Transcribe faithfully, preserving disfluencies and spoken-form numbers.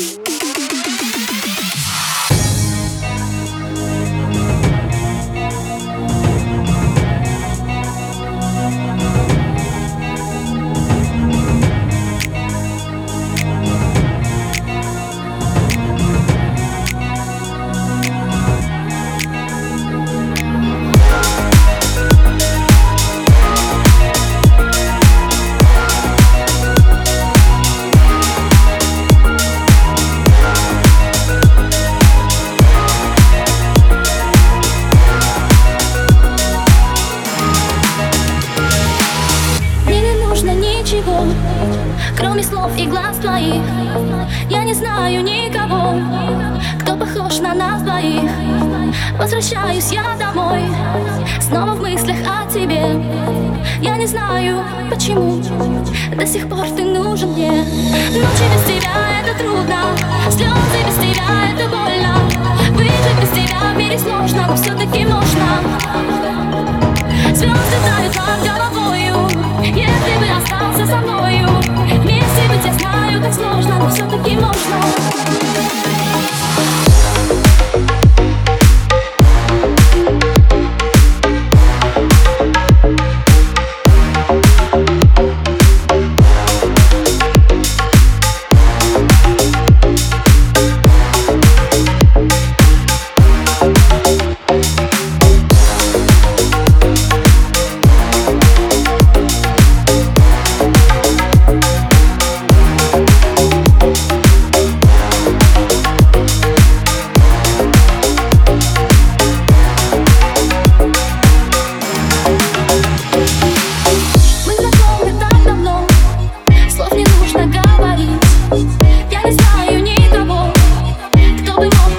Ничего, кроме слов и глаз твоих. Я не знаю никого, кто похож на нас двоих. Возвращаюсь я домой, снова в мыслях о тебе. Я не знаю, почему до сих пор ты нужен мне. Ночи без тебя это трудно, слезы без тебя это больно. Выжить без тебя в мире сложно, но все-таки можно. Звезды тают над головою, если бы остался со мною. Вместе быть, я знаю, так сложно, но все-таки можно. Я не знаю никого, кто бы мог